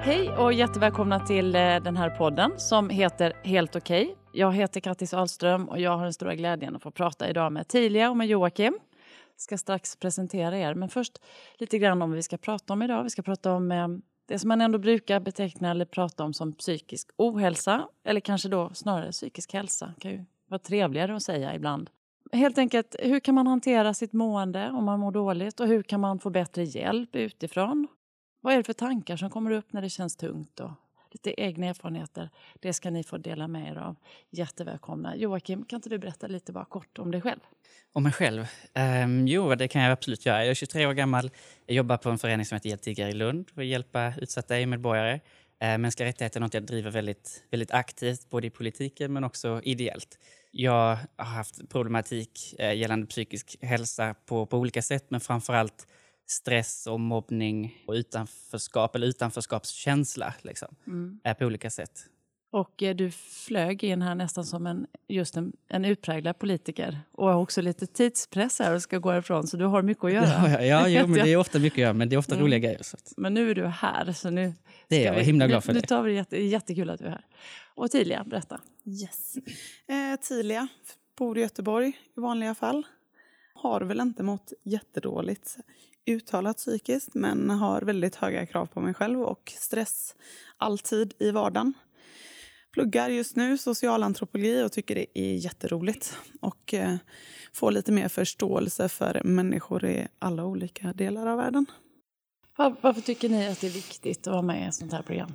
Hej och jättevälkomna till den här podden som heter Helt okej. Jag heter Kattis Ahlström och jag har den stora glädjen att få prata idag med Tilia och med Joakim. Jag ska strax presentera er, men först lite grann om vad vi ska prata om idag. Vi ska prata om det som man ändå brukar beteckna eller prata om som psykisk ohälsa. Eller kanske då snarare psykisk hälsa. Kan ju vara trevligare att säga ibland. Helt enkelt, hur kan man hantera sitt mående om man mår dåligt? Och hur kan man få bättre hjälp utifrån? Vad är det för tankar som kommer upp när det känns tungt? Och lite egna erfarenheter. Det ska ni få dela med er av. Jättevälkomna. Joakim, kan inte du berätta lite bara kort om dig själv? Om mig själv? Jo, det kan jag absolut göra. Jag är 23 år gammal. Jag jobbar på en förening som heter Hjältiggare i Lund för att hjälpa utsatta EU-medborgare. Mänskliga rättigheter är något jag driver väldigt, väldigt aktivt, både i politiken men också ideellt. Jag har haft problematik gällande psykisk hälsa på olika sätt, men framförallt stress och mobbning och utanförskapskänsla liksom, på olika sätt. Och du flög in här nästan som en utpräglad politiker. Och har också lite tidspress här och ska gå ifrån. Så du har mycket att göra. Ja, men det är ofta mycket att göra. Men det är ofta roliga grejer. Så. Men nu är du här. Så nu det är jag himla glad för det. Nu tar vi jättekul att du är här. Och Tilia, berätta. Yes. Tilia, bor i Göteborg i vanliga fall. Har väl inte mått jättedåligt uttalat psykiskt, men har väldigt höga krav på mig själv och stress alltid i vardagen. Pluggar just nu socialantropologi och tycker det är jätteroligt. Och får lite mer förståelse för människor i alla olika delar av världen. Varför tycker ni att det är viktigt att vara med i ett sånt här program?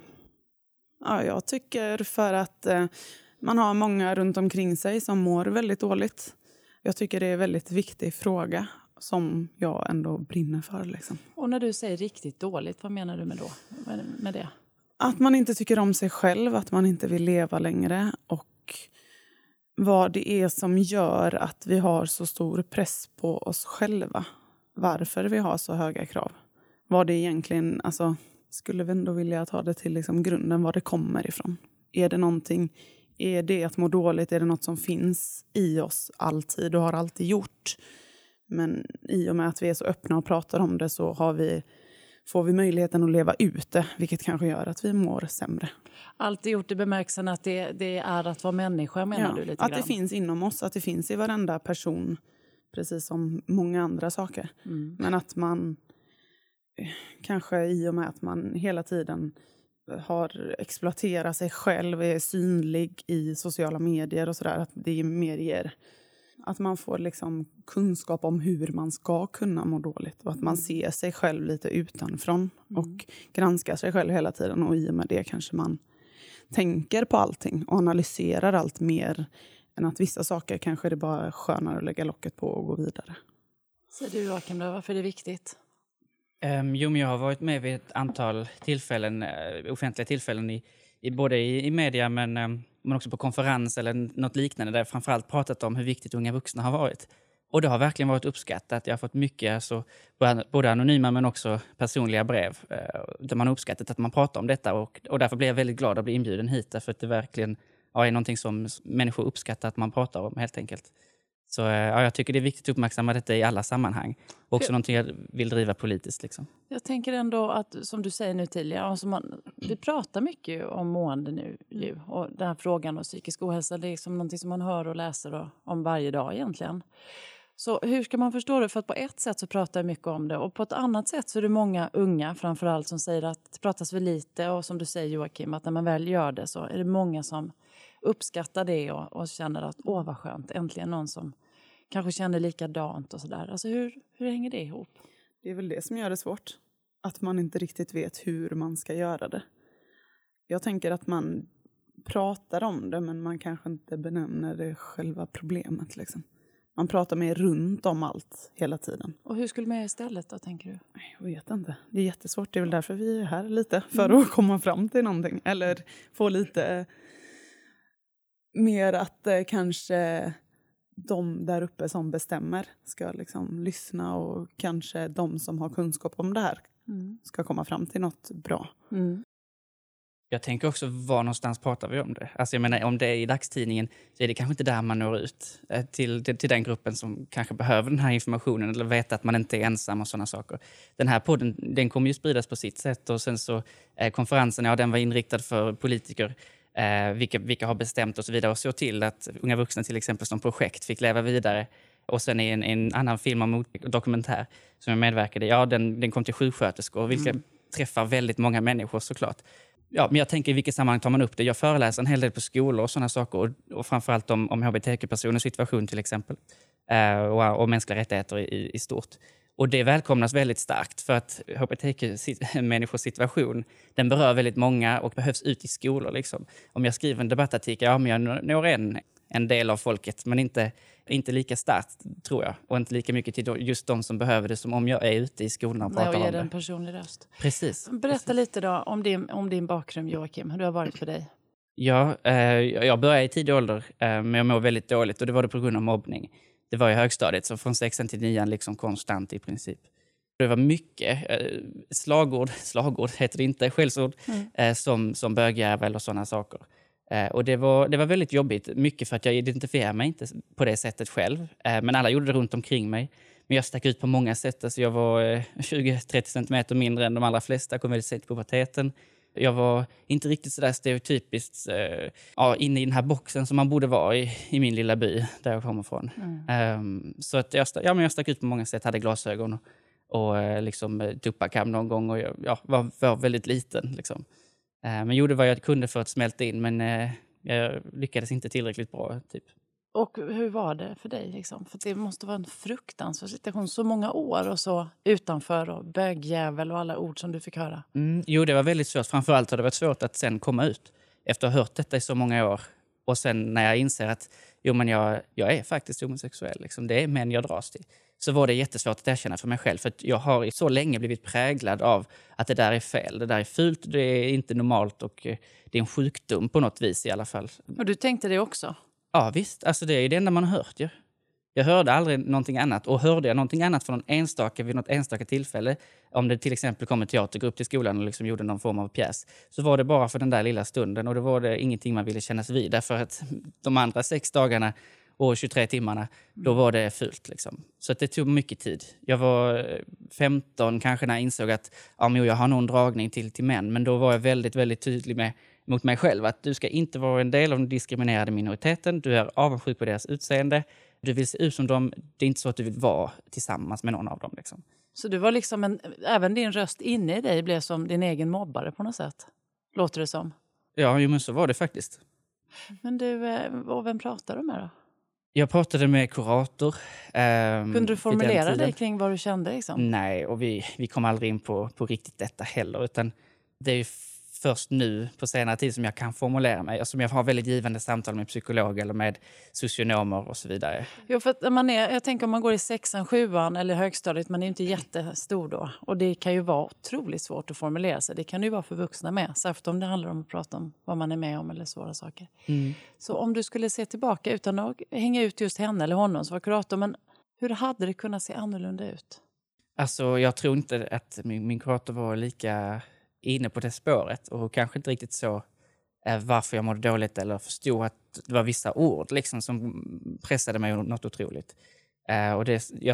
Ja, jag tycker för att man har många runt omkring sig som mår väldigt dåligt. Jag tycker det är en väldigt viktig fråga som jag ändå brinner för. Liksom. Och när du säger riktigt dåligt, vad menar du med det? Att man inte tycker om sig själv, att man inte vill leva längre och vad det är som gör att vi har så stor press på oss själva. Varför vi har så höga krav. Vad det egentligen, alltså skulle vi ändå vilja ta det till liksom grunden, var det kommer ifrån. Är det någonting, är det att må dåligt, är det något som finns i oss alltid och har alltid gjort. Men i och med att vi är så öppna och pratar om det så får vi möjligheten att leva ut det, vilket kanske gör att vi mår sämre. Alltid gjort i bemärkelsen att det är att vara människa, menar du lite grann? Att det finns inom oss, att det finns i varenda person, precis som många andra saker. Men att man kanske i och med att man hela tiden har exploaterat sig själv, är synlig i sociala medier och sådär, att det mer ger att man får liksom kunskap om hur man ska kunna må dåligt och att man ser sig själv lite utanför och granskar sig själv hela tiden, och i och med det kanske man tänker på allting och analyserar allt mer än att vissa saker kanske är det bara skönare att lägga locket på och gå vidare. Så du, Joakim, varför är det viktigt? Jo, men jag har varit med vid ett antal tillfällen, offentliga tillfällen både i media men också på konferens eller något liknande, där jag framförallt pratat om hur viktigt unga vuxna har varit. Och det har verkligen varit uppskattat. Jag har fått mycket, alltså, både anonyma men också personliga brev där man har uppskattat att man pratar om detta, och därför blir jag väldigt glad att bli inbjuden hit, därför att det verkligen är någonting som människor uppskattar att man pratar om, helt enkelt. Så jag tycker det är viktigt att uppmärksamma detta i alla sammanhang. Också någonting jag vill driva politiskt. Liksom. Jag tänker ändå att, som du säger nu tidigare, alltså vi pratar mycket om mående nu. Och den här frågan om psykisk ohälsa, det är liksom någonting som man hör och läser om varje dag egentligen. Så hur ska man förstå det? För att på ett sätt så pratar jag mycket om det. Och på ett annat sätt så är det många unga framförallt som säger att det pratas för lite. Och som du säger, Joakim, att när man väl gör det så är det många som uppskattar det och känner att vad skönt, äntligen någon som kanske känner likadant och sådär. Alltså hur hänger det ihop? Det är väl det som gör det svårt. Att man inte riktigt vet hur man ska göra det. Jag tänker att man pratar om det, men man kanske inte benämner det själva problemet. Liksom. Man pratar mer runt om allt hela tiden. Och hur skulle man göra istället då, tänker du? Jag vet inte. Det är jättesvårt. Det är väl därför vi är här lite. För att komma fram till någonting. Eller få lite mer att kanske de där uppe som bestämmer ska liksom lyssna, och kanske de som har kunskap om det här ska komma fram till något bra. Jag tänker också, var någonstans pratar vi om det? Alltså jag menar, om det är i dagstidningen så är det kanske inte där man når ut till den gruppen som kanske behöver den här informationen eller vet att man inte är ensam och sådana saker. Den här podden, den kommer ju spridas på sitt sätt och sen så konferensen, ja, den var inriktad för politiker, vilka har bestämt och så vidare och så till att unga vuxna till exempel som projekt fick leva vidare. Och sen är en annan film om dokumentär som jag medverkade i, ja, den kom till sjuksköterskor, vilka träffar väldigt många människor såklart. Ja, men jag tänker i vilket sammanhang tar man upp det. Jag föreläser en hel del på skolor och sådana saker. Och framförallt om hbtq-personers situation till exempel. Och mänskliga rättigheter i stort. Och det välkomnas väldigt starkt för att hbtq-människors situation, den berör väldigt många och behövs ut i skolor. Liksom. Om jag skriver en debattartikel, ja, men jag når en del av folket, men inte lika starkt, tror jag. Och inte lika mycket till just de som behöver det som om jag är ute i skolan och pratar om det. Och ger en personlig röst. Precis. Berätta lite då om din bakgrund, Joakim. Hur det har varit för dig? Ja, jag började i tidig ålder, men jag mår väldigt dåligt och det var det på grund av mobbning. Det var i högstadiet, så från 6 till 9 liksom konstant i princip. Det var mycket slagord heter det inte, skällsord, som bögjävel och sådana saker. Och det var väldigt jobbigt, mycket för att jag identifierar mig inte på det sättet själv. Men alla gjorde det runt omkring mig. Men jag stack ut på många sätt. Alltså jag var 20-30 centimeter mindre än de allra flesta, kom väldigt sent i puberteten. Jag var inte riktigt sådär stereotypiskt inne i den här boxen som man borde vara i min lilla by där jag kommer ifrån. Så att jag stack ut på många sätt, hade glasögon och liksom tuppakam någon gång och jag var väldigt liten liksom. Men gjorde vad jag kunde för att smälta in, men jag lyckades inte tillräckligt bra typ. Och hur var det för dig? Liksom? För det måste vara en fruktansvärd situation. Så många år och så utanför och bögjävel och alla ord som du fick höra. Jo, det var väldigt svårt. Framförallt har det varit svårt att sen komma ut efter att ha hört detta i så många år. Och sen när jag inser att jag är faktiskt homosexuell. Liksom. Det är män jag dras till. Så var det jättesvårt att erkänna för mig själv. För att jag har så länge blivit präglad av att det där är fel. Det där är fult, det är inte normalt och det är en sjukdom på något vis i alla fall. Och du tänkte det också? Ja visst, alltså det är det enda man har hört ju. Jag hörde aldrig någonting annat. Och hörde jag någonting annat vid något enstaka tillfälle, om det till exempel kom en teatergrupp till skolan och liksom gjorde någon form av pjäs, så var det bara för den där lilla stunden och då var det ingenting man ville kännas vid. Därför att de andra 6 dagarna och 23 timmarna, då var det fult liksom. Så att det tog mycket tid. Jag var 15 kanske när jag insåg att jag har någon dragning till män. Men då var jag väldigt, väldigt tydlig mot mig själv att du ska inte vara en del av den diskriminerade minoriteten. Du är avundsjuk på deras utseende. Du vill se ut som dem. Det är inte så att du vill vara tillsammans med någon av dem. Liksom. Så du var liksom även din röst inne i dig blev som din egen mobbare på något sätt? Låter det som? Ja, men så var det faktiskt. Men du, och vem pratar du med då? Jag pratade med kurator. Kunde du formulera dig kring vad du kände? Liksom? Nej, och vi kom aldrig in på riktigt detta heller. Utan det är ju först nu på senare tid som jag kan formulera mig. Som jag har väldigt givande samtal med psykolog eller med socionomer och så vidare. Jo, för att jag tänker om man går i 6:an, 7:an eller högstadiet, man är ju inte jättestor då. Och det kan ju vara otroligt svårt att formulera sig. Det kan ju vara för vuxna med. Särskilt om det handlar om att prata om vad man är med om eller svåra saker. Så om du skulle se tillbaka utan att hänga ut just henne eller honom som var kurator. Men hur hade det kunnat se annorlunda ut? Alltså jag tror inte att min kurator var lika inne på det spåret och kanske inte riktigt så varför jag mådde dåligt eller förstod att det var vissa ord liksom, som pressade mig något otroligt. Och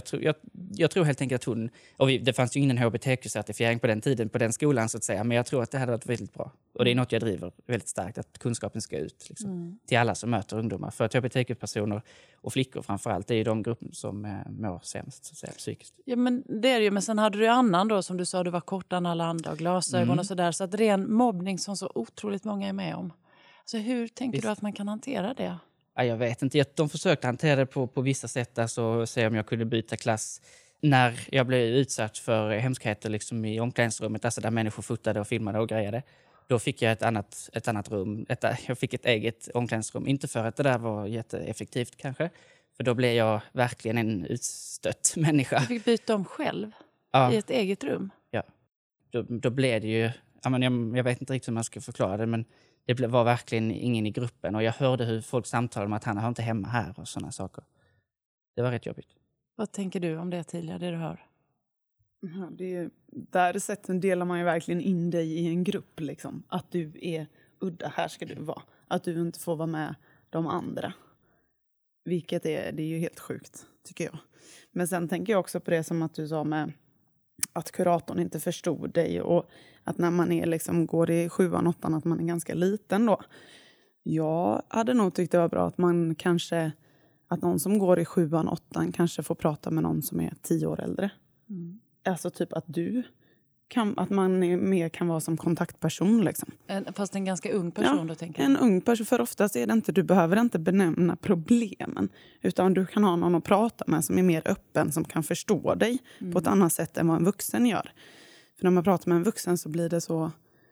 jag tror helt enkelt att hon, och det fanns ju ingen hbtq-certifiering på den tiden på den skolan så att säga, men jag tror att det hade varit väldigt bra. Och det är något jag driver väldigt starkt, att kunskapen ska ut liksom, till alla som möter ungdomar. För att hbtq-personer och flickor framförallt, det är ju de grupper som mår sämst så att säga, psykiskt. Ja men det är det ju, men sen hade du annan då som du sa, du var kortare än alla andra och glasögon och sådär. Så att ren mobbning som så otroligt många är med om. Så hur tänker du att man kan hantera det? Ja, jag vet inte. De försökte hantera det på vissa sätt. Alltså, se om jag kunde byta klass. När jag blev utsatt för hemskheter liksom, i omklädningsrummet. Alltså där människor fotade och filmade och grejade. Då fick jag ett annat rum. Jag fick ett eget omklädningsrum. Inte för att det där var jätteeffektivt kanske. För då blev jag verkligen en utstött människa. Du fick byta om själv? Ja. I ett eget rum? Ja. Då blev det ju... Jag vet inte riktigt hur man ska förklara det, men... Det var verkligen ingen i gruppen. Och jag hörde hur folk samtalade om att han har inte hemma här och sådana saker. Det var rätt jobbigt. Vad tänker du om det, Tilja, det du hör? Ja, där sätten delar man ju verkligen in dig i en grupp. Liksom. Att du är udda, här ska du vara. Att du inte får vara med de andra. Vilket det är ju helt sjukt, tycker jag. Men sen tänker jag också på det som att du sa med att kuratorn inte förstod dig. Och att när man är liksom, går i 7:an, 8:an, att man är ganska liten då. Jag hade nog tyckt det var bra att man kanske... Att någon som går i 7:an, 8:an kanske får prata med någon som är 10 år äldre. Mm. Alltså typ att att man mer kan vara som kontaktperson liksom. Fast en ganska ung person då, tänker jag. En ung person, för oftast är det inte, du behöver inte benämna problemen. Utan du kan ha någon att prata med som är mer öppen, som kan förstå dig på ett annat sätt än vad en vuxen gör. För när man pratar med en vuxen så blir det så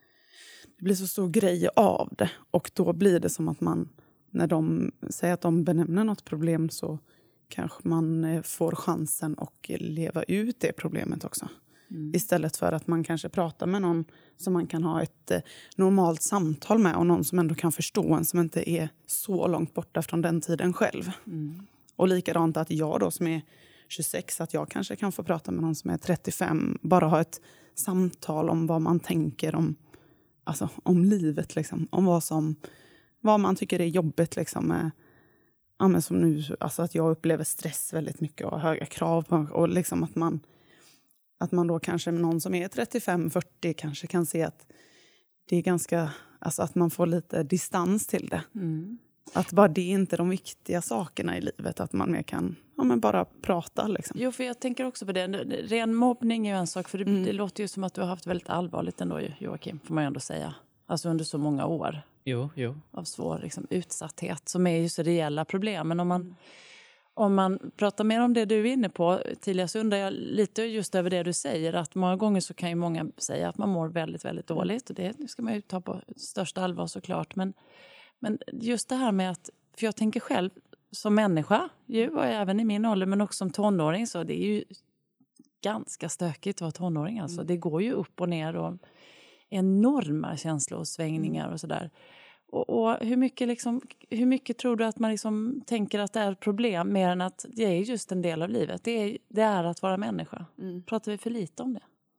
stor grej av det. Och då blir det som att man, när de säger att de benämner något problem, så kanske man får chansen att leva ut det problemet också. Istället för att man kanske pratar med någon som man kan ha ett normalt samtal med. Och någon som ändå kan förstå en, som inte är så långt borta från den tiden själv. Och likadant att jag då som är 26, att jag kanske kan få prata med någon som är 35. Bara ha ett samtal om vad man tänker om, alltså, om livet. Liksom. Om vad man tycker är jobbigt liksom, ja, men som nu, alltså att jag upplever stress väldigt mycket och höga krav på, och liksom att man då kanske med någon som är 35-40 kanske kan se att det är ganska, alltså att man får lite distans till det. Att bara det är inte de viktiga sakerna i livet, att man mer kan men bara prata liksom. Jo, för jag tänker också på det. Ren mobbning är ju en sak, för det låter ju som att du har haft väldigt allvarligt ändå, Joakim, får man ju ändå säga. Alltså under så många år. Jo. Av svår liksom, utsatthet som är ju så reella problem. Men om man pratar mer om det du är inne på, Tilja, så undrar jag lite just över det du säger. Att många gånger så kan ju många säga att man mår väldigt, väldigt dåligt. Och det ska man ju ta på största allvar såklart. Men just det här med att, för jag tänker själv som människa, och även i min ålder, men också som tonåring, så det är ju ganska stökigt att vara tonåring. Alltså. Det går ju upp och ner och enorma känslosvängningar och sådär. Och hur mycket tror du att man liksom tänker att det är ett problem, mer än att det är just en del av livet? Det är att vara människa. Pratar vi för lite om det?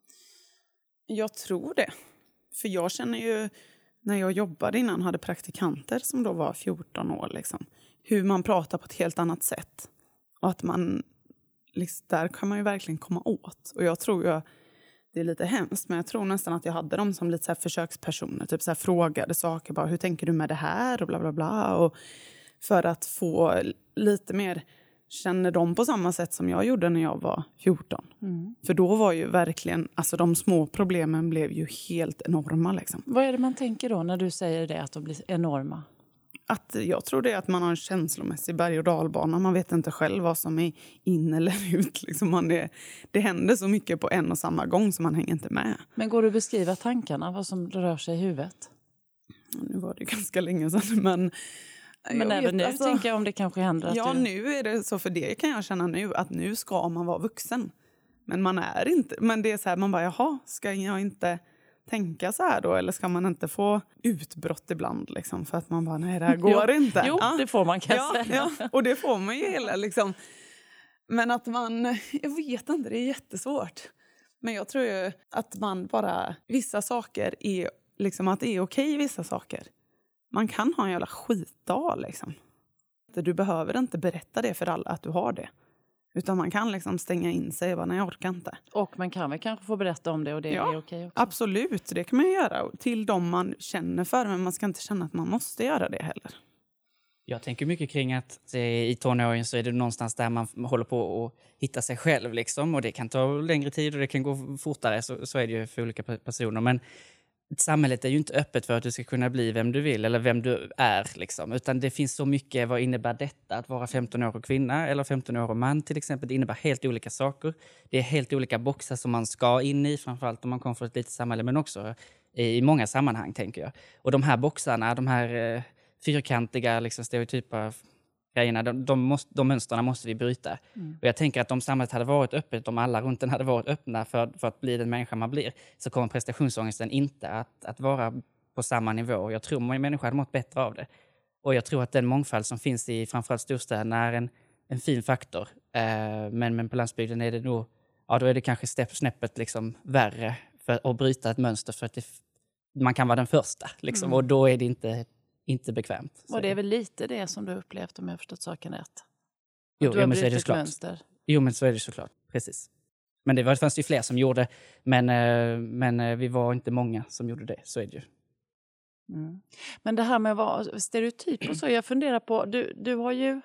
Jag tror det. För jag känner ju, när jag jobbade innan, hade praktikanter som då var 14 år. Liksom, hur man pratar på ett helt annat sätt. Och att man, liksom, där kan man ju verkligen komma åt. Och jag tror ju, det är lite hemskt, men jag tror nästan att jag hade dem som lite så här försökspersoner. Typ så här frågade saker, bara hur tänker du med det här och bla bla bla. Och för att få lite mer, känner de på samma sätt som jag gjorde när jag var 14. För då var ju verkligen, alltså de små problemen blev ju helt enorma liksom. Vad är det man tänker då när du säger det, att de blir enorma? Att jag tror det är att man har en känslomässig berg- och dalbana. Man vet inte själv vad som är in eller ut. Liksom det händer så mycket på en och samma gång som man hänger inte med. Men går du att beskriva tankarna, vad som rör sig i huvudet? Nu var det ganska länge sedan, men även nu tänker jag om det kanske händer. Ja, nu är det så, för det kan jag känna nu, att nu ska man vara vuxen. Men man är inte, men det är så här, man bara, jaha, ska jag inte tänka så här då? Eller ska man inte få utbrott ibland liksom? För att man bara, nej, det här går inte. Jo, det får man kan säga. Ja, och det får man ju hela liksom. Men att man, jag vet inte, det är jättesvårt. Men jag tror ju att man bara, vissa saker är liksom, att det är okej vissa saker. Man kan ha en jävla skitdag liksom. Du behöver inte berätta det för alla att du har det. Utan man kan liksom stänga in sig och bara, nej, jag orkar inte. Och man kan väl kanske få berätta om det, och det är okej också. Absolut, det kan man göra till de man känner för. Men man ska inte känna att man måste göra det heller. Jag tänker mycket kring att i tonåren så är det någonstans där man håller på att hitta sig själv. Liksom. Och det kan ta längre tid och det kan gå fortare. Så är det ju för olika personer. Men samhället är ju inte öppet för att du ska kunna bli vem du vill eller vem du är. Liksom. Utan det finns så mycket, vad innebär detta att vara 15 år och kvinna eller 15 år och man till exempel. Det innebär helt olika saker. Det är helt olika boxar som man ska in i, framförallt om man kommer från ett litet samhälle, men också i många sammanhang tänker jag. Och de här boxarna, de här fyrkantiga liksom, stereotypa grejerna, de mönsterna måste vi bryta. Och jag tänker att om samhället hade varit öppet, om alla runt den hade varit öppna för att bli den människa man blir, så kommer prestationsångesten inte att vara på samma nivå. Jag tror att människor hade mått bättre av det. Och jag tror att den mångfald som finns i framförallt storstäderna är en fin faktor. Men på landsbygden är det nog ja, då är det kanske snäppet liksom värre för att bryta ett mönster, för att man kan vara den första liksom, och då är det inte bekvämt. Och det är väl lite det som du har upplevt, om jag har förstått saken rätt? Jo, du har men så är det brutit såklart. Mönster. Jo, men så är det såklart. Precis. Men det fanns ju fler som gjorde, men vi var inte många som gjorde det, så är det ju. Mm. Men det här med att vara stereotyp och så, jag funderar på, du har ju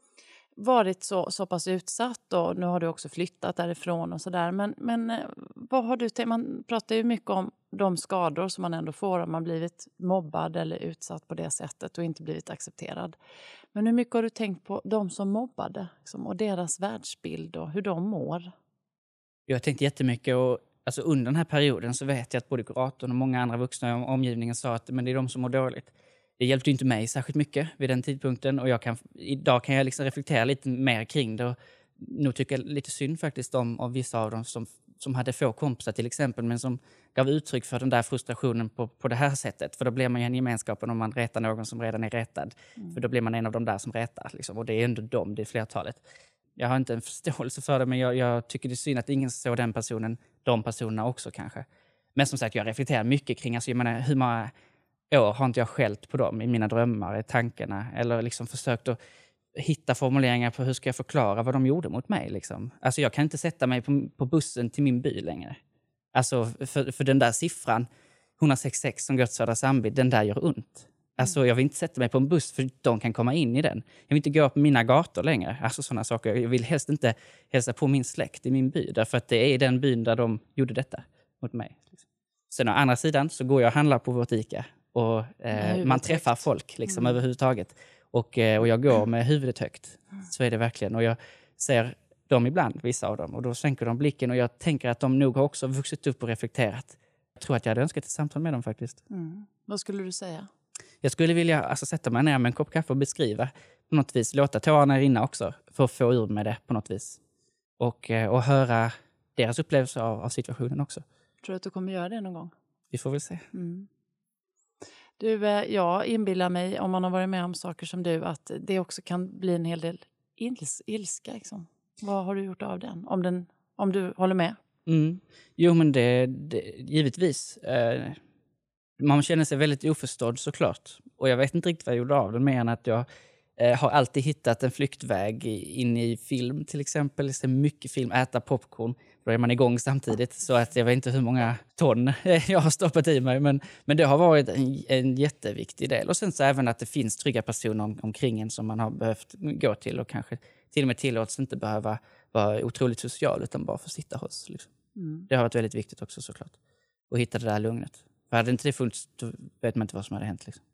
varit så pass utsatt och nu har du också flyttat därifrån och sådär. Men vad har du tänkt? Man pratar ju mycket om de skador som man ändå får om man blivit mobbad eller utsatt på det sättet och inte blivit accepterad. Men hur mycket har du tänkt på de som mobbade liksom, och deras världsbild och hur de mår? Jag har tänkt jättemycket, och alltså under den här perioden så vet jag att både kuratorn och många andra vuxna i omgivningen sa att men det är de som mår dåligt. Det hjälpte ju inte mig särskilt mycket vid den tidpunkten, och idag kan jag liksom reflektera lite mer kring det, och nog tycker lite synd faktiskt om vissa av dem som hade få kompisar till exempel, men som gav uttryck för den där frustrationen på det här sättet. För då blir man ju en gemenskapen om man retar någon som redan är retad. För då blir man en av de där som retar. Liksom. Och det är ändå det är flertalet. Jag har inte en förståelse för det, men jag tycker det är synd att ingen såg de personerna också kanske. Men som sagt, jag reflekterar mycket kring, alltså, jag menar, hur många år har inte jag skällt på dem i mina drömmar, i tankarna, eller liksom försökt att hitta formuleringar på hur ska jag förklara vad de gjorde mot mig. Liksom. Alltså jag kan inte sätta mig på bussen till min by längre. Alltså för den där siffran, 166 som går till Södra Sandby, den där gör ont. Alltså jag vill inte sätta mig på en buss för de kan komma in i den. Jag vill inte gå på mina gator längre. Alltså sådana saker. Jag vill helst inte hälsa på min släkt i min by. Därför att det är den byn där de gjorde detta mot mig. Sen å andra sidan så går jag och handlar på vårt ICA. Och man träffar folk liksom överhuvudtaget. Och jag går med huvudet högt. Så är det verkligen. Och jag ser dem ibland, vissa av dem. Och då sänker de blicken. Och jag tänker att de nog har också vuxit upp och reflekterat. Jag tror att jag hade önskat ett samtal med dem faktiskt. Vad skulle du säga? Jag skulle vilja sätta mig ner med en kopp kaffe och beskriva på något vis. Låta tårarna rinna också för att få ur med det på något vis. Och höra deras upplevelse av situationen också. Tror du att du kommer göra det någon gång? Vi får väl se. Du, jag inbillar mig, om man har varit med om saker som du, att det också kan bli en hel del ilska. Liksom. Vad har du gjort av den? Om du håller med? Jo, men det givetvis. Man känner sig väldigt oförstådd såklart. Och jag vet inte riktigt vad jag gjorde av det, mer än att jag har alltid hittat en flyktväg in i film till exempel. Så mycket film, äta popcorn. Då är man igång samtidigt, så att jag vet inte hur många ton jag har stoppat i mig. Men det har varit en jätteviktig del. Och sen så även att det finns trygga personer omkring en som man har behövt gå till. Och kanske till och med tillåts inte behöva vara otroligt social, utan bara få sitta hos. Liksom. Det har varit väldigt viktigt också såklart. Och hitta det där lugnet. För hade inte det funnits, då vet man inte vad som hade hänt. Liksom.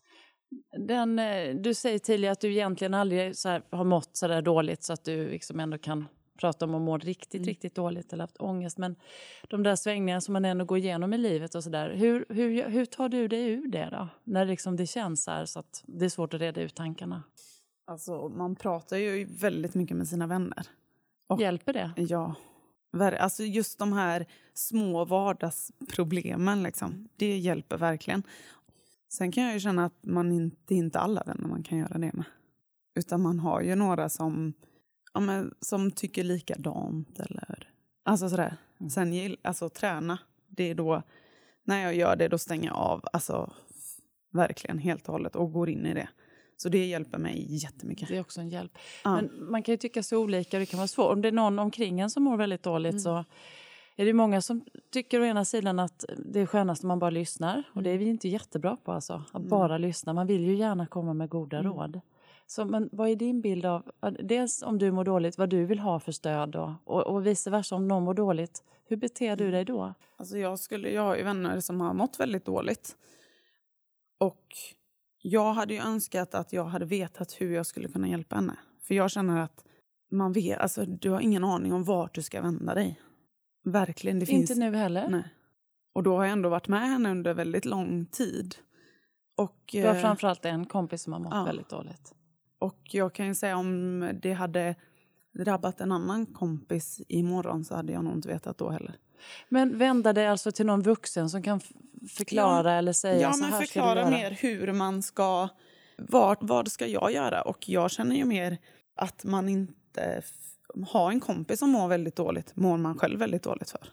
Du säger tidigare att du egentligen aldrig så här har mått så där dåligt så att du liksom ändå kan prata om att må riktigt dåligt eller haft ångest. Men de där svängningarna som man ändå går igenom i livet och sådär. Hur tar du dig ur det då? När liksom det känns så här så att det är svårt att reda ut tankarna. Alltså man pratar ju väldigt mycket med sina vänner. Och, hjälper det? Ja. Alltså just de här små vardagsproblemen liksom. Det hjälper verkligen. Sen kan jag ju känna att det är inte alla vänner man kan göra det med. Utan man har ju några som tycker likadant eller alltså sådär. Sen träna, det är då när jag gör det då stänger jag av alltså verkligen helt och hållet och går in i det. Så det hjälper mig jättemycket. Det är också en hjälp. Ja. Men man kan ju tycka så olika, det kan vara svårt. Om det är någon omkring en som mår väldigt dåligt så är det många som tycker å ena sidan att det är skönast om man bara lyssnar. Och det är vi inte jättebra på alltså, att bara lyssna. Man vill ju gärna komma med goda råd. Så, men vad är din bild av, dels om du mår dåligt, vad du vill ha för stöd och vice versa om någon mår dåligt. Hur beter du dig då? Alltså jag har ju vänner som har mått väldigt dåligt. Och jag hade ju önskat att jag hade vetat hur jag skulle kunna hjälpa henne. För jag känner att man vet, alltså du har ingen aning om vart du ska vända dig. Verkligen. Inte nu heller? Nej. Och då har jag ändå varit med henne under väldigt lång tid. Och, du har framförallt en kompis som har mått väldigt dåligt. Och jag kan ju säga om det hade drabbat en annan kompis imorgon så hade jag nog inte vetat då heller. Men vända dig alltså till någon vuxen som kan förklara eller säga så här. Ja, men förklara mer hur man ska, vad ska jag göra? Och jag känner ju mer att man inte, ha en kompis som mår väldigt dåligt mår man själv väldigt dåligt för.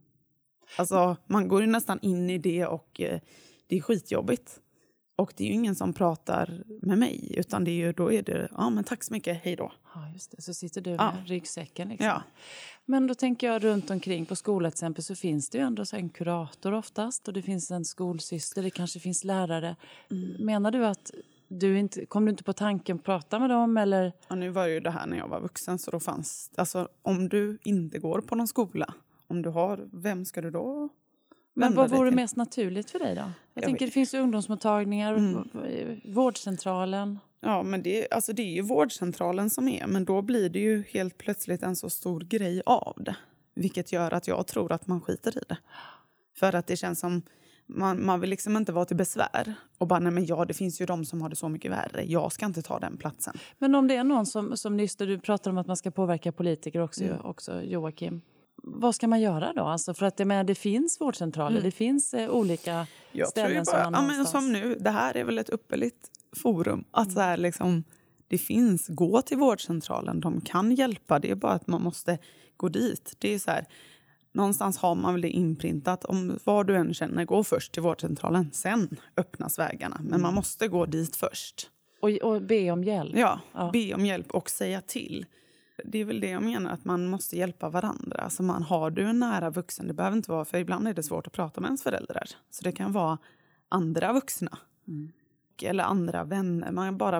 Alltså man går ju nästan in i det och det är skitjobbigt. Och det är ju ingen som pratar med mig, utan då är det, ja men tack så mycket, hej då. Ja, just det. Så sitter du med ryggsäcken liksom. Ja. Men då tänker jag runt omkring på skolan till exempel, så finns det ju ändå så en kurator oftast, och det finns en skolsyster, det kanske finns lärare. Menar du att kom du inte på tanken att prata med dem eller? Ja, nu var det ju det här när jag var vuxen, så då fanns, alltså om du inte går på någon skola, om du har, vem ska du då? Men vad vore mest naturligt för dig då? Jag tänker vet. det finns ju ungdomsmottagningar, vårdcentralen. Ja, men det är ju vårdcentralen som är. Men då blir det ju helt plötsligt en så stor grej av det. Vilket gör att jag tror att man skiter i det. För att det känns som, man vill liksom inte vara till besvär. Och bara, nej men det finns ju de som har det så mycket värre. Jag ska inte ta den platsen. Men om det är någon som nyss, du pratar om att man ska påverka politiker också Joakim. Vad ska man göra då? Alltså för att det finns vårdcentraler, det finns olika ställen som man men som nu, det här är väl ett uppeligt forum. Att så här, liksom, det finns, gå till vårdcentralen, de kan hjälpa. Det är bara att man måste gå dit. Det är så här, någonstans har man väl det inprintat. Om vad du än känner, gå först till vårdcentralen. Sen öppnas vägarna. Men man måste gå dit först. Och be om hjälp. Ja, be om hjälp och säga till. Det är väl det jag menar, att man måste hjälpa varandra. Alltså har du en nära vuxen, det behöver inte vara, för ibland är det svårt att prata med ens föräldrar. Så det kan vara andra vuxna. Eller andra vänner.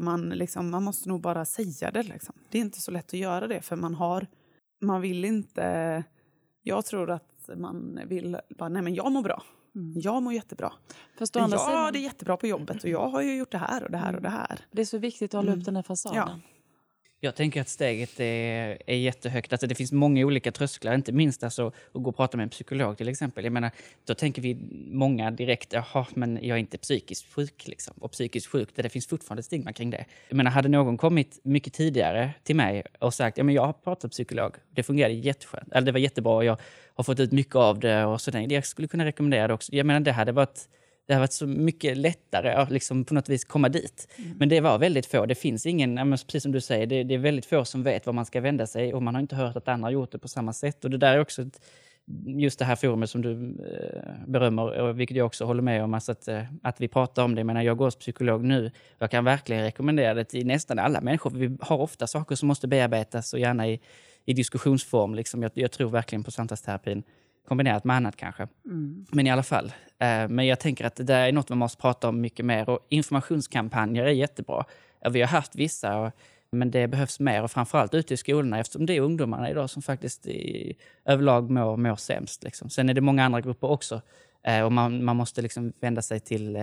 Man måste nog bara säga det. Liksom. Det är inte så lätt att göra det, för man vill inte. Jag tror att man vill bara, nej men jag mår bra. Jag mår jättebra. Fast det är jättebra på jobbet och jag har ju gjort det här och det här och det här. Det är så viktigt att hålla upp den här fasaden. Ja. Jag tänker att steget är jättehögt. Alltså det finns många olika trösklar, inte minst alltså att gå och prata med en psykolog till exempel. Jag menar, då tänker vi många direkt, men jag är inte psykiskt sjuk liksom. Och psykiskt sjuk, det finns fortfarande stigma kring det. Jag menar, hade någon kommit mycket tidigare till mig och sagt, men jag har pratat med psykolog, det fungerade jätteskönt. Eller det var jättebra och jag har fått ut mycket av det och sådär. Jag skulle kunna rekommendera det också. Jag menar, det har varit så mycket lättare att liksom på något vis komma dit. Men det var väldigt få. Det finns ingen, precis som du säger, det är väldigt få som vet var man ska vända sig. Och man har inte hört att andra har gjort det på samma sätt. Och det där är också just det här forumet som du berömmer, och vilket jag också håller med om. Alltså att vi pratar om det. Men jag går hos psykolog nu. Jag kan verkligen rekommendera det till nästan alla människor. Vi har ofta saker som måste bearbetas och gärna i diskussionsform. Liksom. Jag tror verkligen på samtalsterapin. Kombinerat med annat kanske. Men i alla fall. Men jag tänker att det där är något man måste prata om mycket mer. Och informationskampanjer är jättebra. Vi har haft vissa, men det behövs mer. Och framförallt ute i skolorna, eftersom det är ungdomarna idag som faktiskt överlag mår sämst. Liksom. Sen är det många andra grupper också. Och man måste liksom vända sig till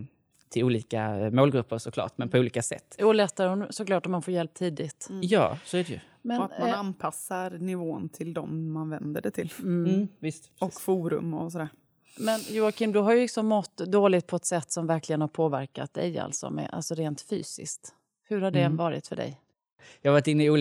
olika målgrupper såklart, men på olika sätt. Och lättare såklart om man får hjälp tidigt. Ja, så är det ju. Och att man anpassar nivån till dem man vänder det till. Visst. Och forum och sådär. Men Joakim, du har ju liksom mått dåligt på ett sätt som verkligen har påverkat dig, alltså rent fysiskt. Hur har det varit för dig? Jag har varit inne i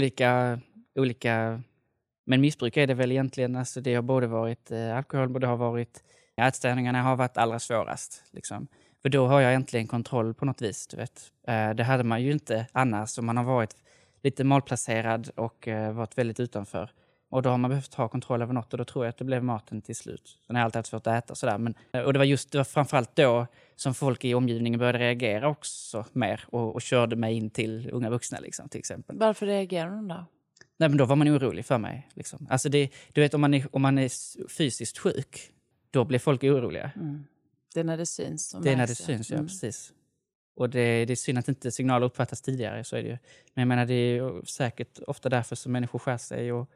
olika men missbruk är det väl egentligen. Alltså det har både varit alkohol, både har varit ätstörningarna har varit allra svårast. Liksom. För då har jag äntligen kontroll på något vis, du vet. Det hade man ju inte annars om man har varit lite malplacerad och varit väldigt utanför. Och då har man behövt ha kontroll över något, och då tror jag att det blev maten till slut. Sen har jag alltid haft svårt att äta och sådär. Och det var framförallt då som folk i omgivningen började reagera också mer och körde mig in till unga vuxna liksom, till exempel. Varför reagerar de då? Nej, men då var man orolig för mig. Liksom. Alltså du vet, om man är fysiskt sjuk, då blir folk oroliga. Det är när det syns. Det är när det syns, ja, precis. Och det är synd att inte signaler uppfattas tidigare, så är det ju. Men jag menar, det är säkert ofta därför som människor skär sig och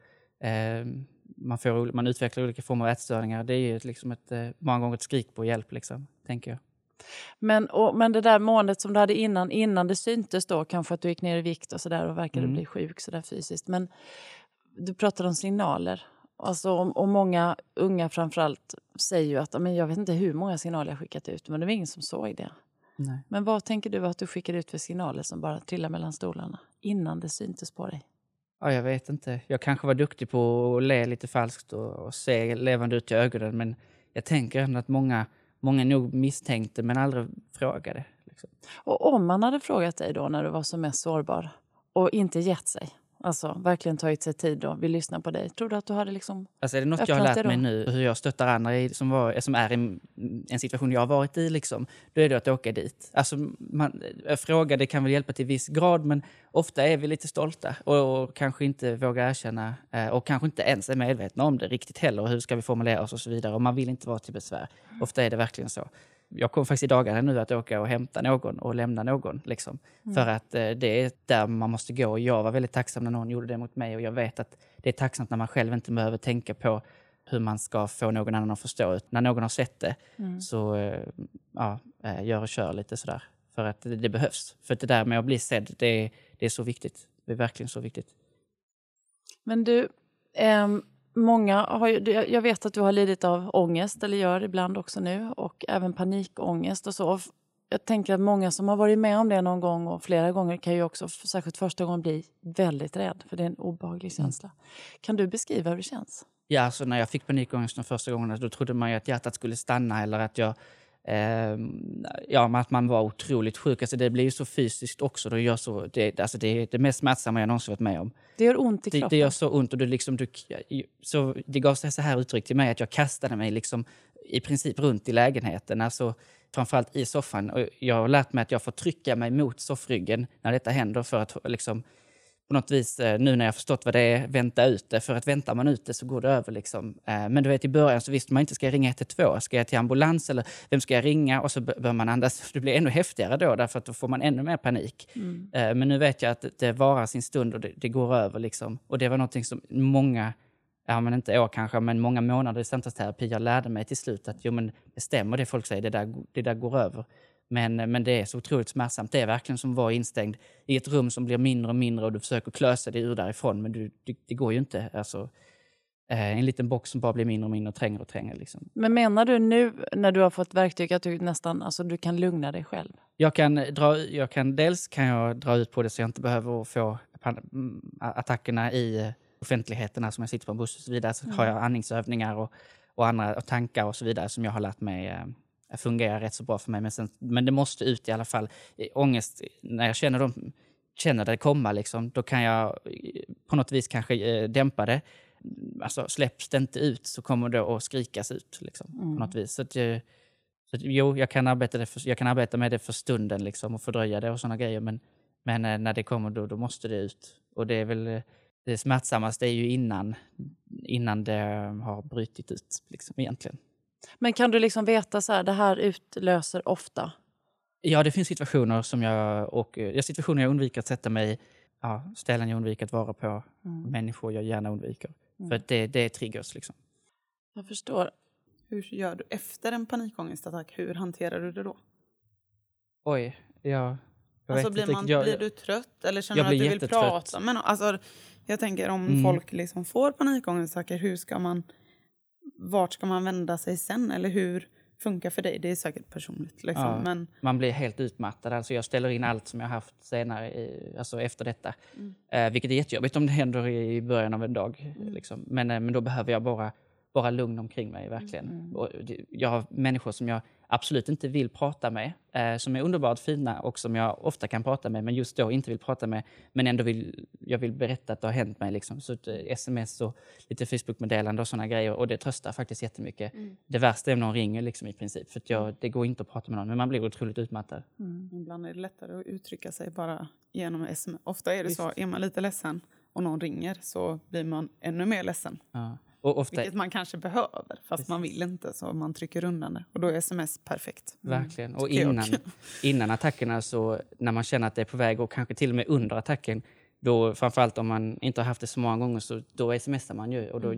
man utvecklar olika former av ätstörningar. Det är ju liksom många gånger ett skrik på hjälp, liksom, tänker jag. Men det där måendet som du hade innan det syntes då, kanske att du gick ner i vikt och sådär och verkade bli sjuk sådär fysiskt. Men du pratade om signaler. Alltså, och många unga framförallt säger ju att men jag vet inte hur många signaler jag skickat ut, men det var ingen som såg det. Nej. Men vad tänker du att du skickade ut för signaler som bara trillar mellan stolarna innan det syntes på dig? Ja, jag vet inte. Jag kanske var duktig på att le lite falskt och se levande ut i ögonen, men jag tänker ändå att många nog misstänkte men aldrig frågade. Liksom. Och om man hade frågat dig då när du var som mest sårbar och inte gett sig, Alltså verkligen tagit sig tid och vill lyssna på dig. Tror du att du hade liksom Alltså är det något jag har lärt mig nu, hur jag stöttar andra som är i en situation jag har varit i, liksom, då är det att åka dit. Alltså, fråga, det kan väl hjälpa till viss grad, men ofta är vi lite stolta och kanske inte vågar erkänna och kanske inte ens är medvetna om det riktigt heller. Och hur ska vi formulera oss och så vidare. Och man vill inte vara till besvär. Ofta är det verkligen så. Jag kommer faktiskt i dagarna nu att åka och hämta någon och lämna någon. Liksom. För att det är där man måste gå. Och jag var väldigt tacksam när någon gjorde det mot mig. Och jag vet att det är tacksamt när man själv inte behöver tänka på hur man ska få någon annan att förstå. När någon har sett det så gör och kör lite sådär. För att det behövs. För det där med att bli sedd, det är så viktigt. Det är verkligen så viktigt. Men du... Många har ju, jag vet att du har lidit av ångest, eller gör ibland också nu, och även panikångest och så. Jag tänker att många som har varit med om det någon gång och flera gånger kan ju också, särskilt första gången, bli väldigt rädd, för det är en obehaglig känsla. Kan du beskriva hur det känns? Ja, alltså när jag fick panikångest de första gångerna, då trodde man ju att hjärtat skulle stanna eller att jag att man var otroligt sjuk. Alltså det blir ju så fysiskt också. Det är det mest smärtsamma jag någonsin varit med om. Det gör ont i kroppen. Det gör så ont och det gav sig så här uttryck till mig att jag kastade mig liksom i princip runt i lägenheten. Alltså framförallt i soffan. Och jag har lärt mig att jag får trycka mig mot soffryggen när detta händer för att liksom på något vis, nu när jag förstått vad det är, vänta ut det. För att väntar man ut det så går det över liksom. Men du vet, i början så visste man inte, ska jag ringa 112? Ska jag till ambulans eller vem ska jag ringa? Och så bör man andas. Det blir ännu häftigare då, därför att då får man ännu mer panik. Men nu vet jag att det varar sin stund och det går över liksom. Och det var någonting som många, men inte år kanske, men många månader i samtalsterapi jag lärde mig till slut att det stämmer det folk säger, det där går över. Men det är så otroligt smärtsamt. Det är verkligen som att vara instängd i ett rum som blir mindre och mindre och du försöker klösa dig ur därifrån. Men det går ju inte. Alltså, en liten box som bara blir mindre och mindre och tränger. Liksom. Men menar du nu när du har fått verktyg att du nästan, alltså du kan lugna dig själv? Dels kan jag dra ut på det så jag inte behöver få attackerna i offentligheterna som jag sitter på en buss och så vidare. Så har jag andningsövningar och andra tankar och så vidare som jag har lärt mig fungerar rätt så bra för mig. Men det måste ut i alla fall. Ångest, när jag känner det komma liksom, då kan jag på något vis kanske dämpa det. Alltså släpps det inte ut så kommer det att skrikas ut liksom, på något vis. Jag kan arbeta med det för stunden liksom, och fördröja det och såna grejer. Men när det kommer då måste det ut. Och det är väl det smärtsammaste är ju innan det har brutit ut liksom, egentligen. Men kan du liksom veta så här, det här utlöser ofta? Ja, det finns situationer situationer jag undviker att sätta mig, ställen jag undviker att vara på, människor jag gärna undviker. För att det är triggers liksom. Jag förstår. Hur gör du efter en panikångestattack? Hur hanterar du det då? Oj, jag alltså vet inte. Blir du trött eller känner du att du vill prata? Men alltså, jag tänker om folk liksom får panikångestattacker, vart ska man vända sig sen? Eller hur funkar för dig? Det är säkert personligt. Liksom. Ja, men man blir helt utmattad. Alltså jag ställer in allt som jag haft senare, efter detta. Vilket är jättejobbigt om det händer i början av en dag. Liksom. Men då behöver jag bara lugn omkring mig, verkligen. Och jag har människor som jag absolut inte vill prata med. Som är underbart fina och som jag ofta kan prata med. Men just då inte vill prata med. Men ändå jag vill berätta att det har hänt mig. Liksom. Så sms och lite Facebook-meddelande och såna grejer. Och det tröstar faktiskt jättemycket. Det värsta är om någon ringer liksom, i princip. För att det går inte att prata med någon. Men man blir otroligt utmattad. Ibland är det lättare att uttrycka sig bara genom sms. Ofta är det så, är man lite ledsen och någon ringer så blir man ännu mer ledsen. Ja. Och ofta, vilket man kanske behöver, fast man vill inte, så man trycker undan det. Och då är sms perfekt. Verkligen. Och innan attackerna, så när man känner att det är på väg och kanske till och med under attacken, då framförallt om man inte har haft det så många gånger, så då smsar man ju. Och då,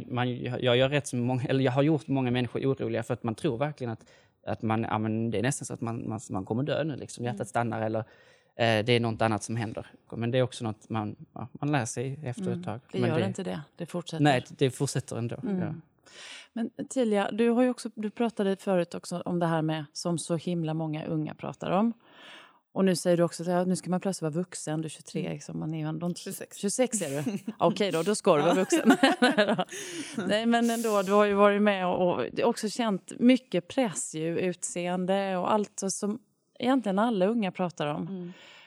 jag har gjort många människor oroliga för att man tror verkligen att man, det är nästan så att man kommer dö nu. Liksom. Hjärtat stannar eller det är något annat som händer. Men det är också något man lär sig efter ett tag. Det gör inte det. Det fortsätter. Nej, det fortsätter ändå. Ja. Men Tilja, du pratade förut också om det här med som så himla många unga pratar om. Och nu säger du också att nu ska man plötsligt vara vuxen. Du är 23, liksom, man är ju ändå 26 är du. Okej då ska du vara vuxen. Nej, men ändå, du har ju varit med och också känt mycket press, utseende och allt som egentligen alla unga pratar om.